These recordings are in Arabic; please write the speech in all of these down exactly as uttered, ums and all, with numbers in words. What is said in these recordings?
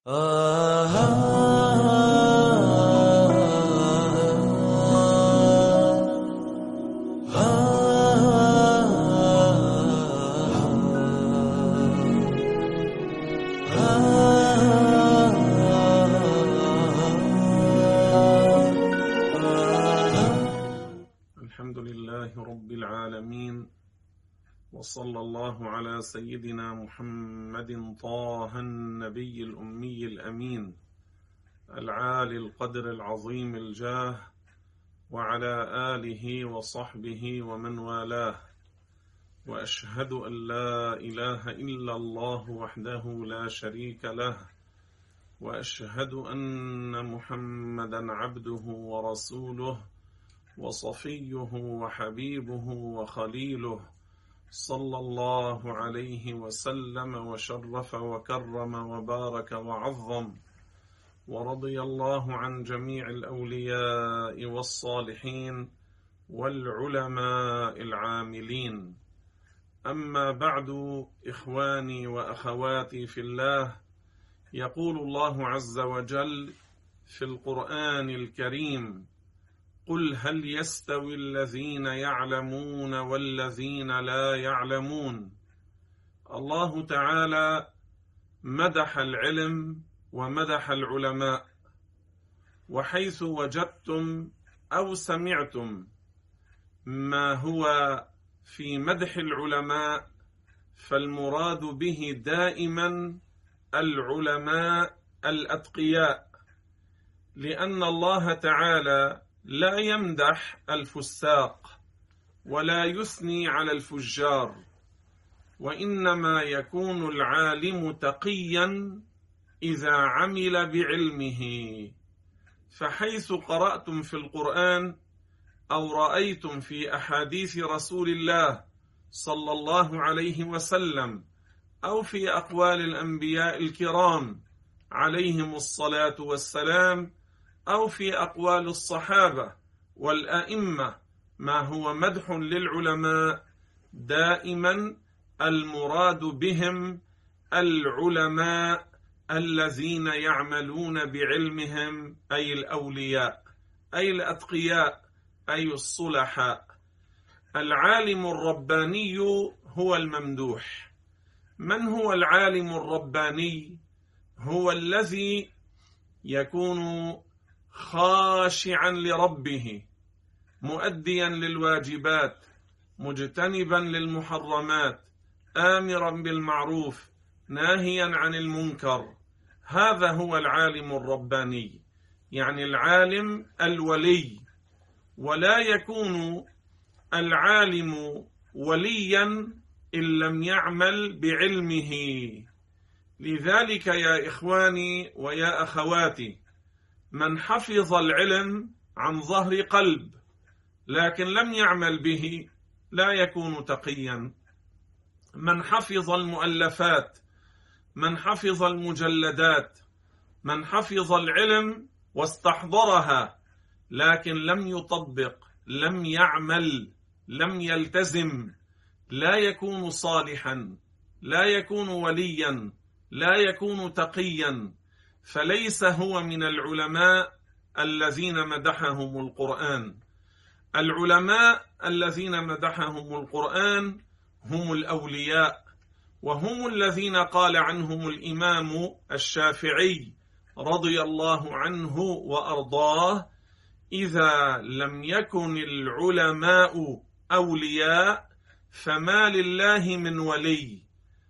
الحمد لله رب العالمين، وصلى الله على سيدنا محمد طه النبي الأمي الأمين العالي القدر العظيم الجاه، وعلى آله وصحبه ومن والاه. وأشهد أن لا إله إلا الله وحده لا شريك له، وأشهد أن محمدا عبده ورسوله وصفيه وحبيبه وخليله، صلى الله عليه وسلم وشرف وكرم وبارك وعظم، ورضي الله عن جميع الأولياء والصالحين والعلماء العاملين. أما بعد، إخواني وأخواتي في الله، يقول الله عز وجل في القرآن الكريم: قل هل يستوي الذين يعلمون والذين لا يعلمون. الله تعالى مدح العلم ومدح العلماء، وحيث وجدتم أو سمعتم ما هو في مدح العلماء فالمراد به دائما العلماء الأتقياء، لأن الله تعالى لا يمدح الفساق ولا يثني على الفجار، وإنما يكون العالم تقيا إذا عمل بعلمه. فحيث قرأتم في القرآن أو رأيتم في أحاديث رسول الله صلى الله عليه وسلم أو في أقوال الأنبياء الكرام عليهم الصلاة والسلام أو في أقوال الصحابة والأئمة ما هو مدح للعلماء، دائما المراد بهم العلماء الذين يعملون بعلمهم، أي الأولياء، أي الأتقياء، أي الصلحاء. العالم الرباني هو الممدوح. من هو العالم الرباني؟ هو الذي يكون خاشعا لربه، مؤديا للواجبات، مجتنبا للمحرمات، آمرا بالمعروف، ناهيا عن المنكر. هذا هو العالم الرباني، يعني العالم الولي. ولا يكون العالم وليا إن لم يعمل بعلمه. لذلك يا إخواني ويا أخواتي، من حفظ العلم عن ظهر قلب لكن لم يعمل به لا يكون تقيا. من حفظ المؤلفات، من حفظ المجلدات، من حفظ العلم واستحضرها لكن لم يطبق، لم يعمل، لم يلتزم، لا يكون صالحا، لا يكون وليا، لا يكون تقيا، فليس هو من العلماء الذين مدحهم القرآن. العلماء الذين مدحهم القرآن هم الأولياء، وهم الذين قال عنهم الإمام الشافعي رضي الله عنه وأرضاه: إذا لم يكن العلماء أولياء فما لله من ولي.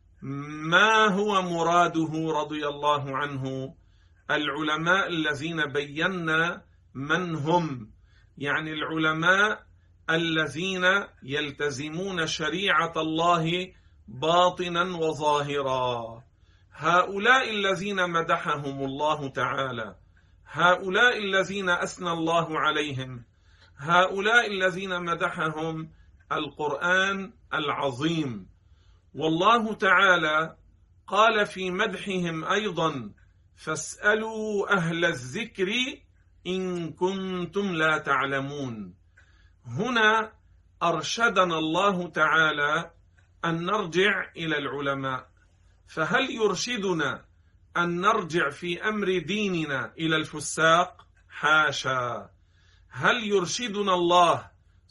ما هو مراده رضي الله عنه؟ العلماء الذين بينا من هم، يعني العلماء الذين يلتزمون شريعة الله باطنا وظاهرا. هؤلاء الذين مدحهم الله تعالى، هؤلاء الذين أثنى الله عليهم، هؤلاء الذين مدحهم القرآن العظيم. والله تعالى قال في مدحهم أيضا: فاسألوا أهل الذكر إن كنتم لا تعلمون. هنا أرشدنا الله تعالى أن نرجع إلى العلماء. فهل يرشدنا أن نرجع في أمر ديننا إلى الفساق؟ حاشا. هل يرشدنا الله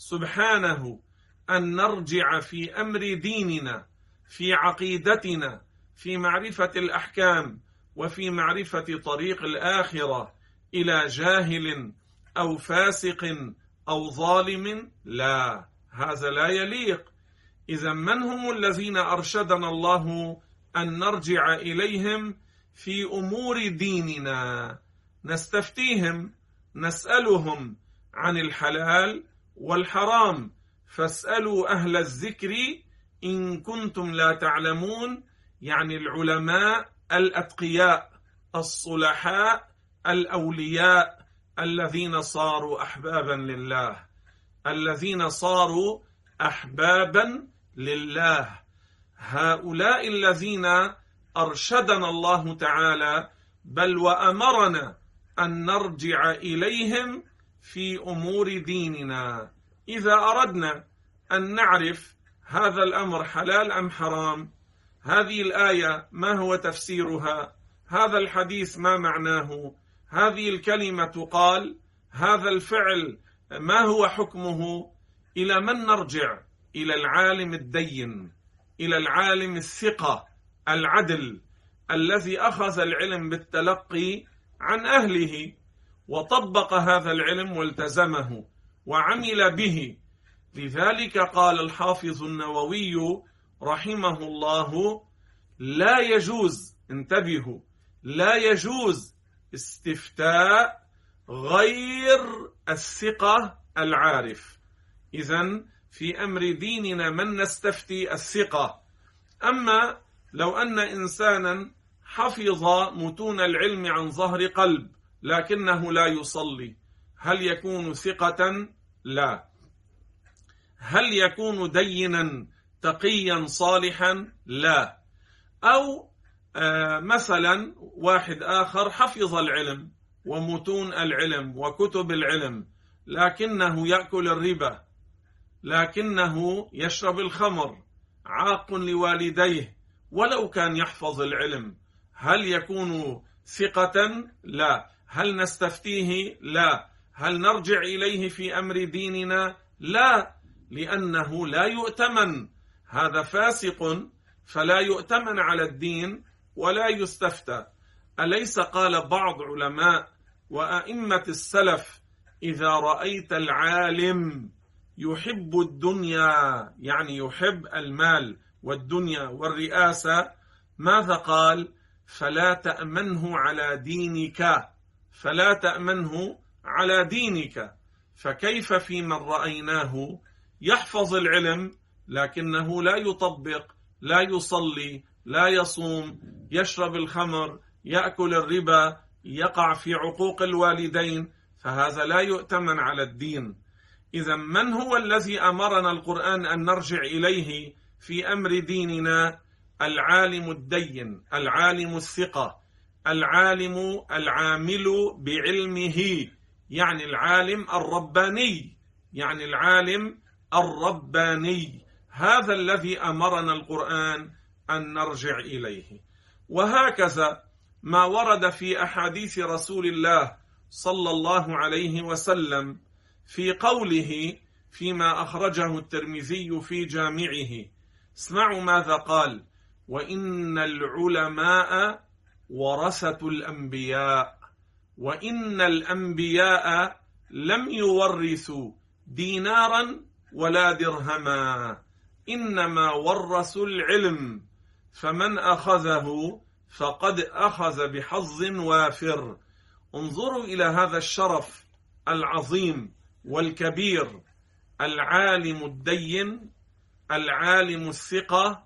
سبحانه أن نرجع في أمر ديننا، في عقيدتنا، في معرفة الأحكام وفي معرفة طريق الآخرة إلى جاهل أو فاسق أو ظالم؟ لا، هذا لا يليق. إذا من هم الذين أرشدنا الله أن نرجع إليهم في أمور ديننا؟ نستفتيهم، نسألهم عن الحلال والحرام، فاسألوا أهل الذكر إن كنتم لا تعلمون، يعني العلماء الأتقياء الصلحاء الأولياء الذين صاروا أحبابا لله، الذين صاروا أحبابا لله، هؤلاء الذين أرشدنا الله تعالى، بل وأمرنا أن نرجع إليهم في أمور ديننا. إذا أردنا أن نعرف هذا الأمر حلال أم حرام، هذه الآية ما هو تفسيرها، هذا الحديث ما معناه، هذه الكلمة تقال، هذا الفعل ما هو حكمه، إلى من نرجع؟ إلى العالم الدين، إلى العالم الثقة العدل الذي أخذ العلم بالتلقي عن أهله وطبق هذا العلم والتزمه وعمل به. لذلك قال الحافظ النووي رحمه الله: لا يجوز، انتبهوا، لا يجوز استفتاء غير الثقة العارف. إذن في أمر ديننا من نستفتي؟ الثقة. أما لو أن إنسانا حفظ متون العلم عن ظهر قلب لكنه لا يصلي، هل يكون ثقة؟ لا. هل يكون دينا تقيا صالحا؟ لا. أو آه مثلا واحد آخر حفظ العلم ومتون العلم وكتب العلم لكنه يأكل الربا، لكنه يشرب الخمر، عاق لوالديه ولو كان يحفظ العلم، هل يكون ثقة؟ لا. هل نستفتيه؟ لا. هل نرجع إليه في أمر ديننا؟ لا، لأنه لا يؤتمن، هذا فاسق فلا يؤتمن على الدين ولا يستفتى. أليس قال بعض علماء وأئمة السلف: إذا رأيت العالم يحب الدنيا، يعني يحب المال والدنيا والرئاسة، ماذا قال؟ فلا تأمنه على دينك، فلا تأمنه على دينك. فكيف في من رأيناه يحفظ العلم لكنه لا يطبق، لا يصلي، لا يصوم، يشرب الخمر، يأكل الربا، يقع في عقوق الوالدين، فهذا لا يؤتمن على الدين. إذا من هو الذي أمرنا القرآن أن نرجع إليه في أمر ديننا؟ العالم الدين، العالم الثقة، العالم العامل بعلمه، يعني العالم الرباني، يعني العالم الرباني، هذا الذي أمرنا القرآن أن نرجع إليه. وهكذا ما ورد في أحاديث رسول الله صلى الله عليه وسلم في قوله فيما أخرجه الترمذي في جامعه، اسمعوا ماذا قال: وإن العلماء ورثة الأنبياء، وإن الأنبياء لم يورثوا دينارا ولا درهما، إنما ورثوا العلم، فمن أخذه فقد أخذ بحظ وافر. انظروا إلى هذا الشرف العظيم والكبير، العالم الدين، العالم الثقة،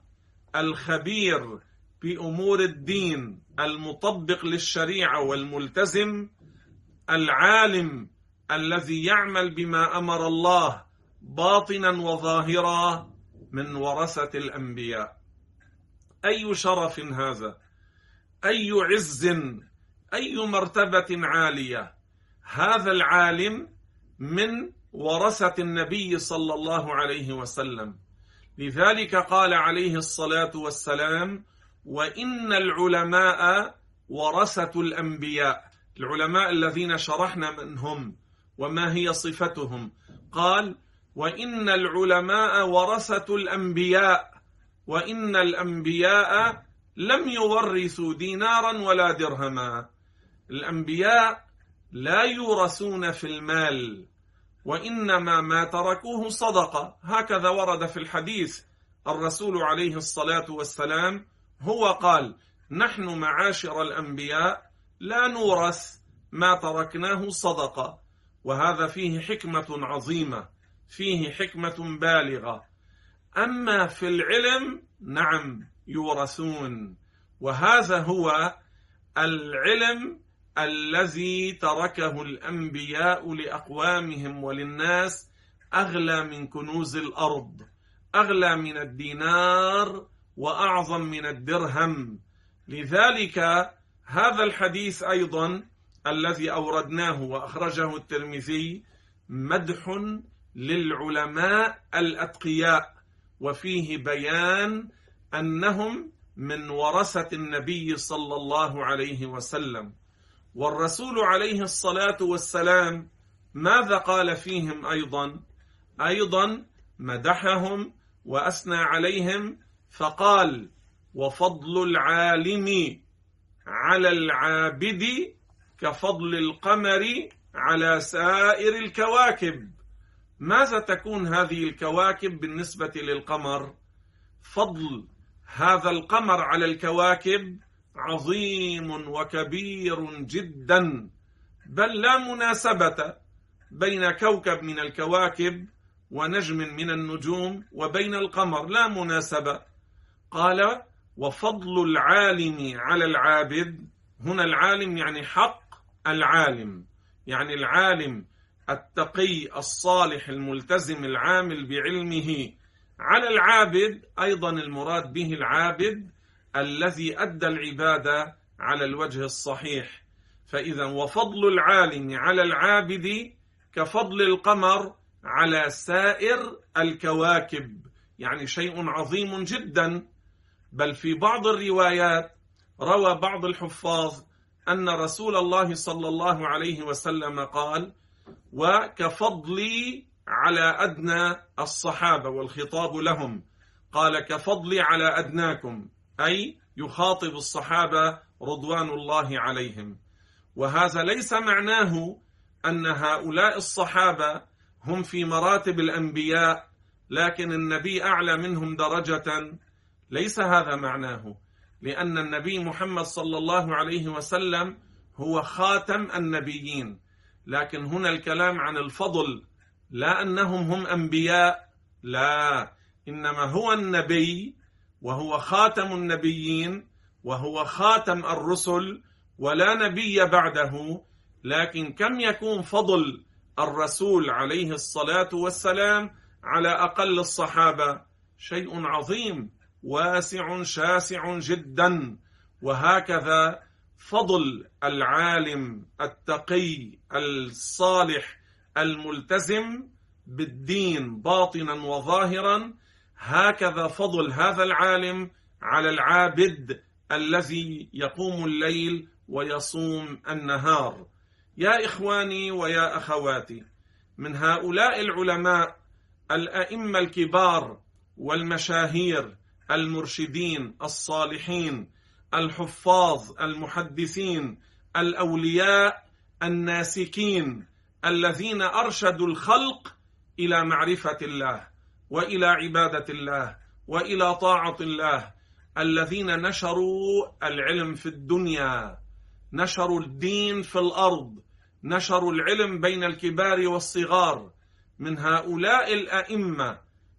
الخبير بأمور الدين، المطبق للشريعة والملتزم، العالم الذي يعمل بما أمر الله باطنا وظاهرا، من ورثة الأنبياء. أي شرف هذا، أي عز، أي مرتبة عالية. هذا العالم من ورثة النبي صلى الله عليه وسلم. لذلك قال عليه الصلاة والسلام: وإن العلماء ورثة الأنبياء. العلماء الذين شرحنا من هم وما هي صفتهم، قال: وإن العلماء ورثة الأنبياء، وإن الأنبياء لم يورثوا دينارا ولا درهما. الأنبياء لا يورثون في المال، وإنما ما تركوه صدقة. هكذا ورد في الحديث، الرسول عليه الصلاة والسلام هو قال: نحن معاشر الأنبياء لا نورث، ما تركناه صدقة. وهذا فيه حكمة عظيمة، فيه حكمة بالغة. أما في العلم نعم يورثون، وهذا هو العلم الذي تركه الأنبياء لأقوامهم وللناس، أغلى من كنوز الأرض، أغلى من الدينار، وأعظم من الدرهم. لذلك هذا الحديث أيضا الذي أوردناه وأخرجه الترمذي مدح للعلماء الأتقياء، وفيه بيان أنهم من ورثة النبي صلى الله عليه وسلم. والرسول عليه الصلاة والسلام ماذا قال فيهم أيضا؟ أيضا مدحهم وأثنى عليهم، فقال: وفضل العالم على العابد كفضل القمر على سائر الكواكب. ماذا تكون هذه الكواكب بالنسبة للقمر؟ فضل هذا القمر على الكواكب عظيم وكبير جدا، بل لا مناسبة بين كوكب من الكواكب ونجم من النجوم وبين القمر، لا مناسبة. قال: وفضل العالم على العابد. هنا العالم يعني حق العالم، يعني العالم التقي الصالح الملتزم العامل بعلمه، على العابد أيضا المراد به العابد الذي أدى العبادة على الوجه الصحيح. فإذا وفضل العالم على العابد كفضل القمر على سائر الكواكب، يعني شيء عظيم جدا. بل في بعض الروايات روى بعض الحفاظ أن رسول الله صلى الله عليه وسلم قال: وكفضلي على أدنى الصحابة، والخطاب لهم، قال: كفضلي على أدناكم، أي يخاطب الصحابة رضوان الله عليهم. وهذا ليس معناه أن هؤلاء الصحابة هم في مراتب الأنبياء لكن النبي أعلى منهم درجة، ليس هذا معناه، لأن النبي محمد صلى الله عليه وسلم هو خاتم النبيين. لكن هنا الكلام عن الفضل، لا أنهم هم أنبياء، لا، إنما هو النبي وهو خاتم النبيين وهو خاتم الرسل، ولا نبي بعده. لكن كم يكون فضل الرسول عليه الصلاة والسلام على أقل الصحابة؟ شيء عظيم واسع شاسع جدا. وهكذا فضل العالم التقي الصالح الملتزم بالدين باطنا وظاهرا، هكذا فضل هذا العالم على العابد الذي يقوم الليل ويصوم النهار. يا إخواني ويا أخواتي، من هؤلاء العلماء الأئمة الكبار والمشاهير المرشدين الصالحين الحفاظ المحدثين الأولياء الناسكين الذين أرشدوا الخلق إلى معرفة الله وإلى عبادة الله وإلى طاعة الله، الذين نشروا العلم في الدنيا، نشروا الدين في الأرض، نشروا العلم بين الكبار والصغار. من هؤلاء الأئمة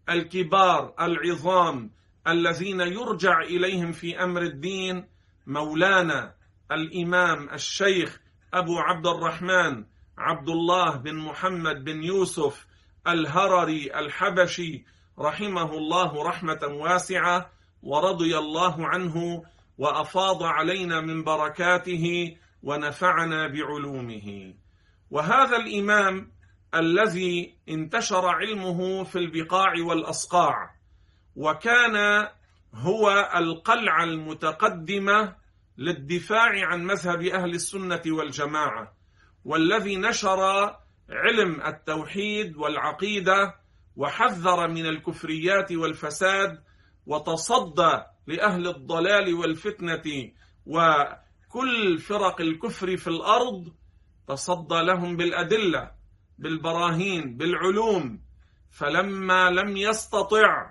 الكبار العظام الذين يرجع إليهم في أمر الدين مولانا الإمام الشيخ أبو عبد الرحمن عبد الله بن محمد بن يوسف الهرري الحبشي رحمه الله رحمة واسعة، ورضي الله عنه وأفاض علينا من بركاته ونفعنا بعلومه. وهذا الإمام الذي انتشر علمه في البقاع والأصقاع، وكان هو القلعة المتقدمة للدفاع عن مذهب أهل السنة والجماعة، والذي نشر علم التوحيد والعقيدة وحذر من الكفريات والفساد، وتصدى لأهل الضلال والفتنة وكل فرق الكفر في الأرض، تصدى لهم بالأدلة، بالبراهين، بالعلوم. فلما لم يستطع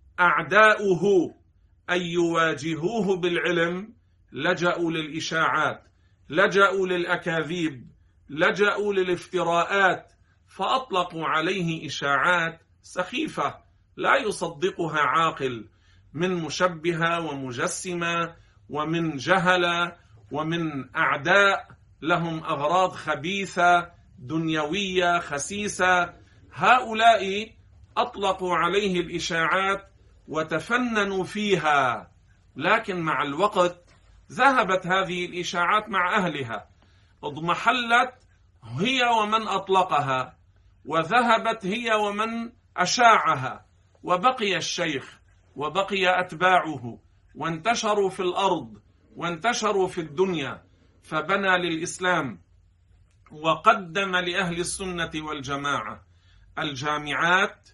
أعداؤه أن يواجهوه بالعلم، لجأوا للإشاعات، لجأوا للأكاذيب، لجأوا للافتراءات، فأطلقوا عليه إشاعات سخيفة لا يصدقها عاقل، من مشبهة ومجسمة ومن جهلة ومن أعداء لهم أغراض خبيثة دنيوية خسيسة. هؤلاء أطلقوا عليه الإشاعات وتفننوا فيها، لكن مع الوقت ذهبت هذه الإشاعات مع أهلها، اضمحلت هي ومن أطلقها، وذهبت هي ومن أشاعها، وبقي الشيخ وبقي أتباعه، وانتشروا في الأرض وانتشروا في الدنيا، فبنى للإسلام وقدم لأهل السنة والجماعة الجامعات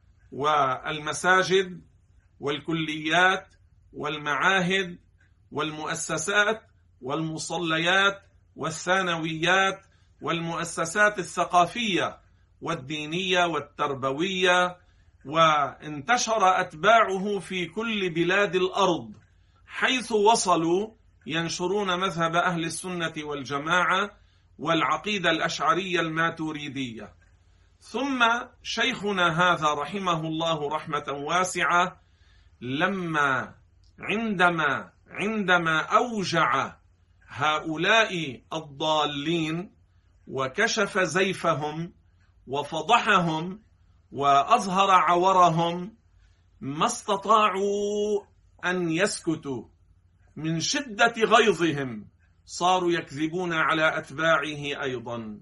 والمساجد والكليات والمعاهد والمؤسسات والمصليات والثانويات والمؤسسات الثقافية والدينية والتربوية، وانتشر أتباعه في كل بلاد الأرض، حيث وصلوا ينشرون مذهب أهل السنة والجماعة والعقيدة الأشعرية الماتوريدية. ثم شيخنا هذا رحمه الله رحمة واسعة، لما عندما عندما أوجع هؤلاء الضالين وكشف زيفهم وفضحهم وأظهر عورهم، ما استطاعوا أن يسكتوا من شدة غيظهم، صاروا يكذبون على أتباعه أيضا.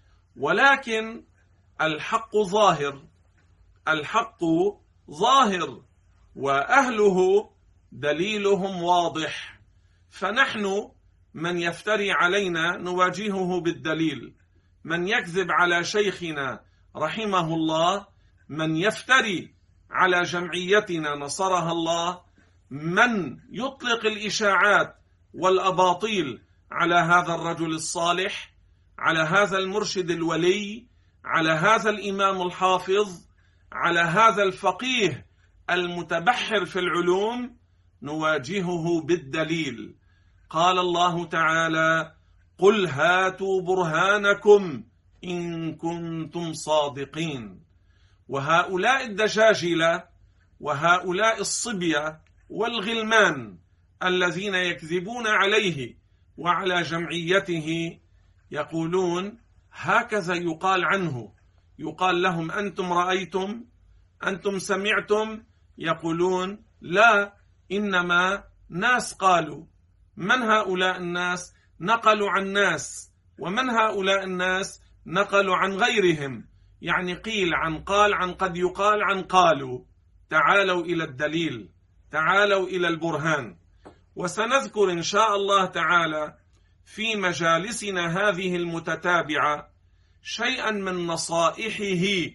ولكن الحق ظاهر، الحق ظاهر، وأهله دليلهم واضح، فنحن من يفتري علينا نواجهه بالدليل، من يكذب على شيخنا رحمه الله، من يفتري على جمعيتنا نصرها الله، من يطلق الإشاعات والأباطيل على هذا الرجل الصالح، على هذا المرشد الولي، على هذا الإمام الحافظ، على هذا الفقيه المتبحر في العلوم، نواجهه بالدليل. قال الله تعالى: قل هاتوا برهانكم إن كنتم صادقين. وهؤلاء الدجاجلة وهؤلاء الصبية والغلمان الذين يكذبون عليه وعلى جمعيته يقولون هكذا يقال عنه، يقال لهم: أنتم رأيتم؟ أنتم سمعتم؟ يقولون: لا، إنما ناس قالوا. من هؤلاء الناس؟ نقلوا عن ناس. ومن هؤلاء الناس؟ نقلوا عن غيرهم، يعني قيل عن قال عن قد يقال عن قالوا. تعالوا إلى الدليل، تعالوا إلى البرهان. وسنذكر إن شاء الله تعالى في مجالسنا هذه المتتابعة شيئا من نصائحه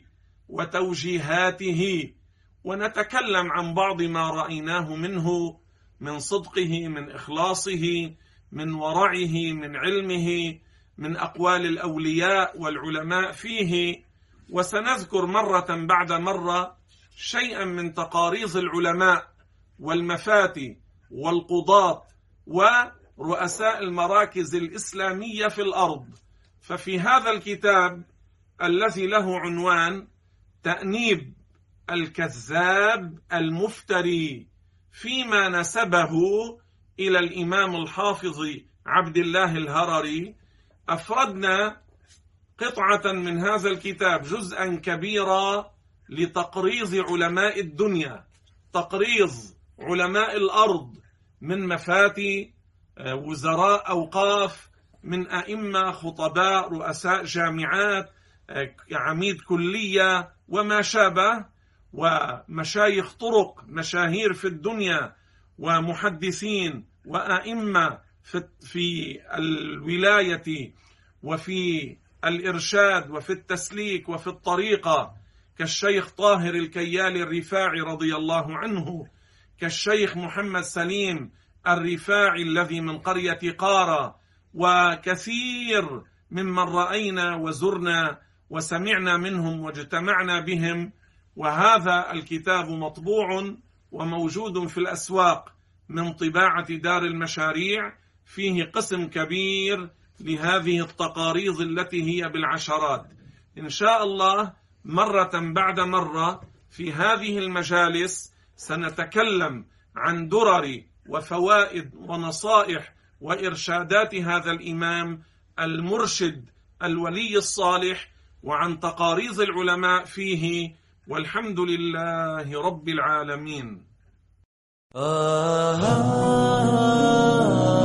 وتوجيهاته، ونتكلم عن بعض ما رأيناه منه من صدقه، من إخلاصه، من ورعه، من علمه، من أقوال الأولياء والعلماء فيه. وسنذكر مرة بعد مرة شيئا من تقاريض العلماء والمفاتي والقضاة ورؤساء المراكز الإسلامية في الأرض. ففي هذا الكتاب الذي له عنوان تأنيب الكذاب المفتري فيما نسبه إلى الإمام الحافظ عبد الله الهرري، أفردنا قطعة من هذا الكتاب، جزءا كبيرا لتقريض علماء الدنيا، تقريض علماء الأرض، من مفاتي، وزراء أوقاف، من أئمة، خطباء، رؤساء جامعات، عميد كلية وما شابه، ومشايخ طرق، مشاهير في الدنيا، ومحدثين وأئمة في الولاية وفي الإرشاد وفي التسليك وفي الطريقة، كالشيخ طاهر الكيالي الرفاعي رضي الله عنه، كالشيخ محمد سليم الرفاعي الذي من قرية قارة، وكثير ممن رأينا وزرنا وسمعنا منهم واجتمعنا بهم. وهذا الكتاب مطبوع وموجود في الأسواق من طباعة دار المشاريع، فيه قسم كبير لهذه التقاريض التي هي بالعشرات. إن شاء الله مرة بعد مرة في هذه المجالس سنتكلم عن درر وفوائد ونصائح وإرشادات هذا الإمام المرشد الولي الصالح، وعن تقاريض العلماء فيه، والحمد لله رب العالمين. آه